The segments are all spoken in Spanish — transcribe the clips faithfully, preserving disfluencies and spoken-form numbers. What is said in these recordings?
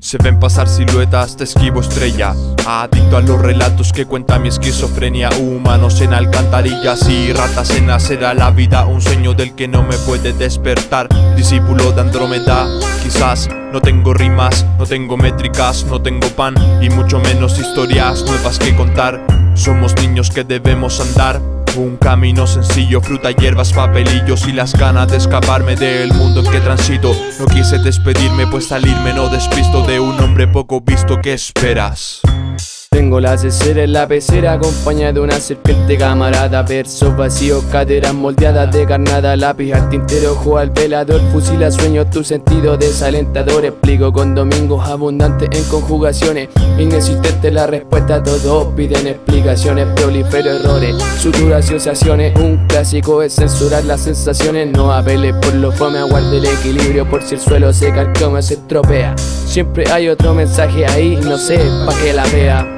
Se ven pasar siluetas, te esquivo estrella. Adicto a los relatos que cuenta mi esquizofrenia. Humanos en alcantarillas y ratas en acera. La vida un sueño del que no me puede despertar. Discípulo de Andrómeda, quizás. No tengo rimas, no tengo métricas, no tengo pan y mucho menos historias nuevas que contar. Somos niños que debemos andar un camino sencillo, fruta, hierbas, papelillos y las ganas de escaparme del mundo en que transito. No quise despedirme pues salirme no despisto de un hombre poco visto. ¿Qué esperas? Tengo la cesera en la pecera acompañada de una serpiente camarada. Versos vacíos, caderas moldeadas de carnada. Lápiz al tintero, ojo al velador. Fusila sueños, tu sentido desalentador. Explico con domingos abundantes en conjugaciones. Inexistente la respuesta, todos piden explicaciones. Prolifero errores, sutura asociaciones. Un clásico es censurar las sensaciones. No apeles por lo fome, aguarde el equilibrio. Por si el suelo se carcoma, se estropea. Siempre hay otro mensaje ahí, no sé, pa' que la vea.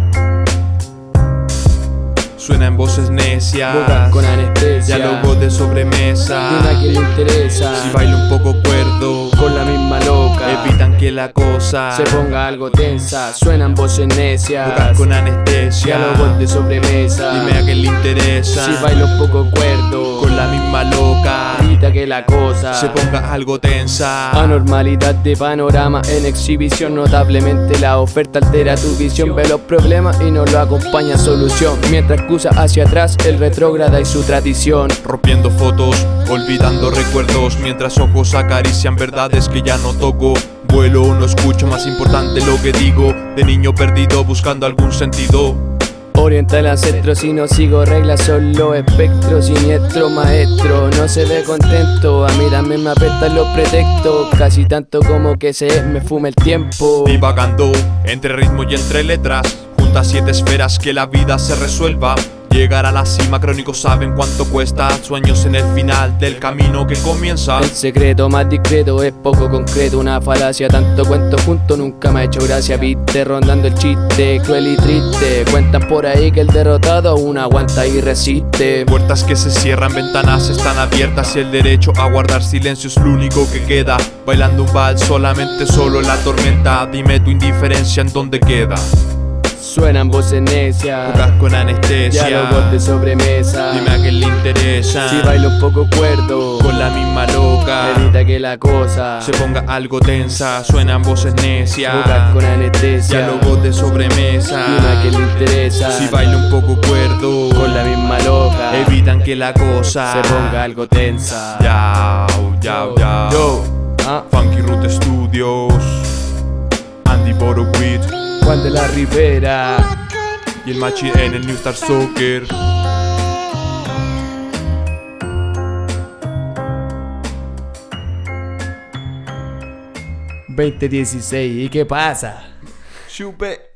Suenan voces necias, boca con anestesia, diálogo de sobremesa. De una que le interesa, si bailo un poco cuerdo, con la misma loca, evitan que la cosa se ponga algo tensa. Suenan voces necias, boca con anestesia, diálogos de sobremesa. Dime a qué le interesa, si bailo un poco cuerdo, con la misma loca, evita que la cosa se ponga algo tensa. Anormalidad de panorama en exhibición. Notablemente la oferta altera tu visión. Ve los problemas y no lo acompaña solución. Mientras hacia atrás el retrógrada y su tradición. Rompiendo fotos, olvidando recuerdos, mientras ojos acarician verdades que ya no toco. Vuelo, no escucho, más importante lo que digo. De niño perdido buscando algún sentido. Orienta el ancestro si no sigo reglas, solo espectro, siniestro maestro. No se ve contento, a mí también me apestan los pretextos. Casi tanto como que se me fume el tiempo. Divagando entre ritmo y entre letras, juntas siete esferas que la vida se resuelva. Llegar a la cima, crónicos saben cuánto cuesta. Sueños en el final del camino que comienza. El secreto más discreto es poco concreto, una falacia. Tanto cuento junto nunca me ha hecho gracia. Viste rondando el chiste, cruel y triste. Cuentan por ahí que el derrotado aún aguanta y resiste. Puertas que se cierran, ventanas están abiertas y el derecho a guardar silencio es lo único que queda. Bailando un vals solamente solo en la tormenta. Dime tu indiferencia en dónde queda. Suenan voces necias, bocas con anestesia, diálogos de sobremesa. Dime a quién le interesa, si bailo un poco cuerdo, con la misma loca, evita que la cosa se ponga algo tensa. Suenan voces necias, bocas con anestesia, diálogos de sobremesa. Dime a quién le interesa, si bailo un poco cuerdo, con la misma loca, evitan que la cosa se ponga algo tensa. Yao, yao, yao. Yo, ¿ah? Funky Root Studios, Andy Borowit, Juan de la Rivera y el Machi en el New Star Soccer. veinte dieciséis, ¿y qué pasa? Chupe.